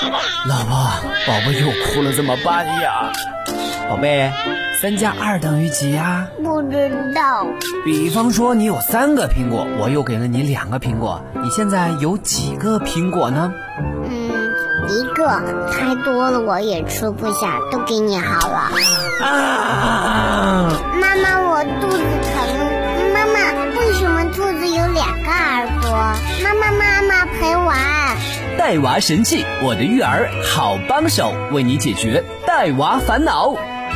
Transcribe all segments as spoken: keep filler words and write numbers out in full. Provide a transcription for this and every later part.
老婆，宝宝又哭了，怎么办呀？宝贝，三加二等于几呀？ 不知道。 比方说你有三个苹果，我又给了你两个苹果，你现在有几个苹果呢？ 嗯，一个，太多了我也吃不下，都给你好了。 啊！ 妈妈，我肚子疼。妈妈，为什么兔子有两个耳朵？妈妈，妈妈陪玩。 带娃神器，我的育儿好帮手，为你解决带娃烦恼。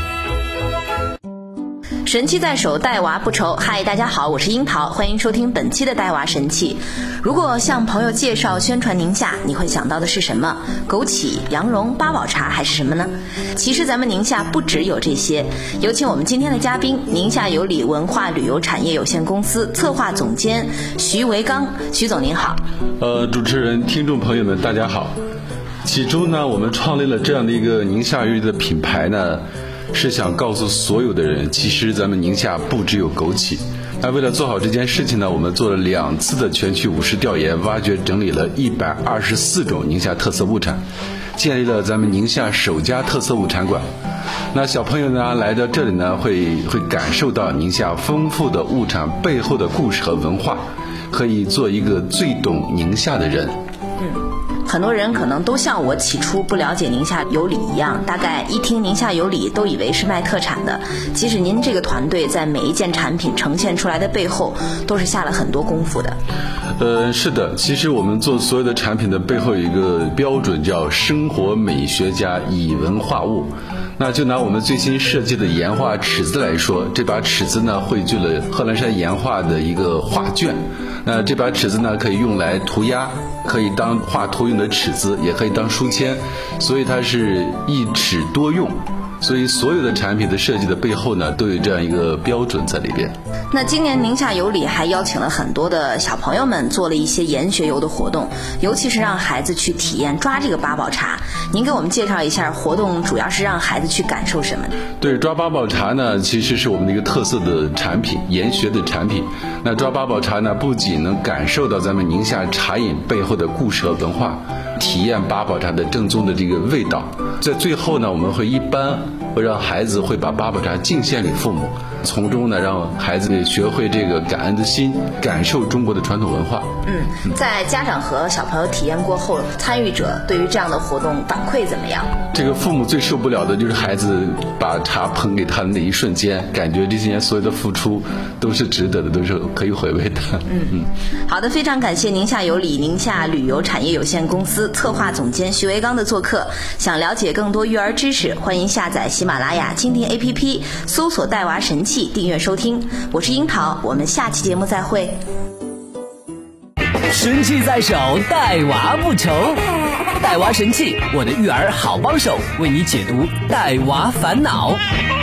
神器在手，带娃不愁。嗨，大家好，我是樱桃，欢迎收听本期的带娃神器。如果向朋友介绍宣传宁夏，你会想到的是什么？枸杞、羊绒、八宝茶还是什么呢？其实咱们宁夏不只有这些。有请我们今天的嘉宾，宁夏有礼文化旅游产业有限公司策划总监徐维刚。徐总您好。 呃，主持人、听众朋友们，大家好。起初呢，我们创立了这样的一个宁夏玉的品牌呢，是想告诉所有的人，其实咱们宁夏不只有枸杞。那为了做好这件事情呢，我们做了两次的全区五十调研，挖掘整理了一百二十四种宁夏特色物产，建立了咱们宁夏首家特色物产馆。那小朋友呢来到这里呢，会会感受到宁夏丰富的物产背后的故事和文化，可以做一个最懂宁夏的人。 嗯。很多人可能都像我起初不了解宁夏有礼一样，大概一听宁夏有礼都以为是卖特产的。其实您这个团队在每一件产品呈现出来的背后，都是下了很多功夫的。 呃，是的，其实我们做所有的产品的背后有一个标准，叫生活美学加以文化物。那就拿我们最新设计的岩画尺子来说，这把尺子呢汇聚了贺兰山岩画的一个画卷。那这把尺子呢可以用来涂鸦，可以当画图用的尺子，也可以当书签，所以它是一尺多用。所以所有的产品的设计的背后呢，都有这样一个标准在里边。 那今年宁夏有礼还邀请了很多的小朋友们做了一些研学游的活动，尤其是让孩子去体验抓这个八宝茶。您给我们介绍一下活动主要是让孩子去感受什么呢？ 对，抓八宝茶呢其实是我们的一个特色的产品，研学的产品。那抓八宝茶呢不仅能感受到咱们宁夏茶饮背后的故事和文化，体验八宝茶的正宗的这个味道，在最后呢我们会一般会让孩子会把八宝茶敬献给父母，从中呢让孩子学会这个感恩的心，感受中国的传统文化。 嗯，在家长和小朋友体验过后，参与者对于这样的活动反馈怎么样？ 这个父母最受不了的就是孩子把茶捧给他的那一瞬间，感觉这些年所有的付出都是值得的，都是可以回味的。 嗯嗯，好的，非常感谢宁夏有礼宁夏旅游产业有限公司策划总监徐维刚的做客。想了解更多育儿知识，欢迎下载喜马拉雅蜻蜓 A P P， 搜索带娃神器，订阅收听。我是樱桃，我们下期节目再会。 神器在手，带娃不愁。带娃神器，我的育儿好帮手，为你解读带娃烦恼。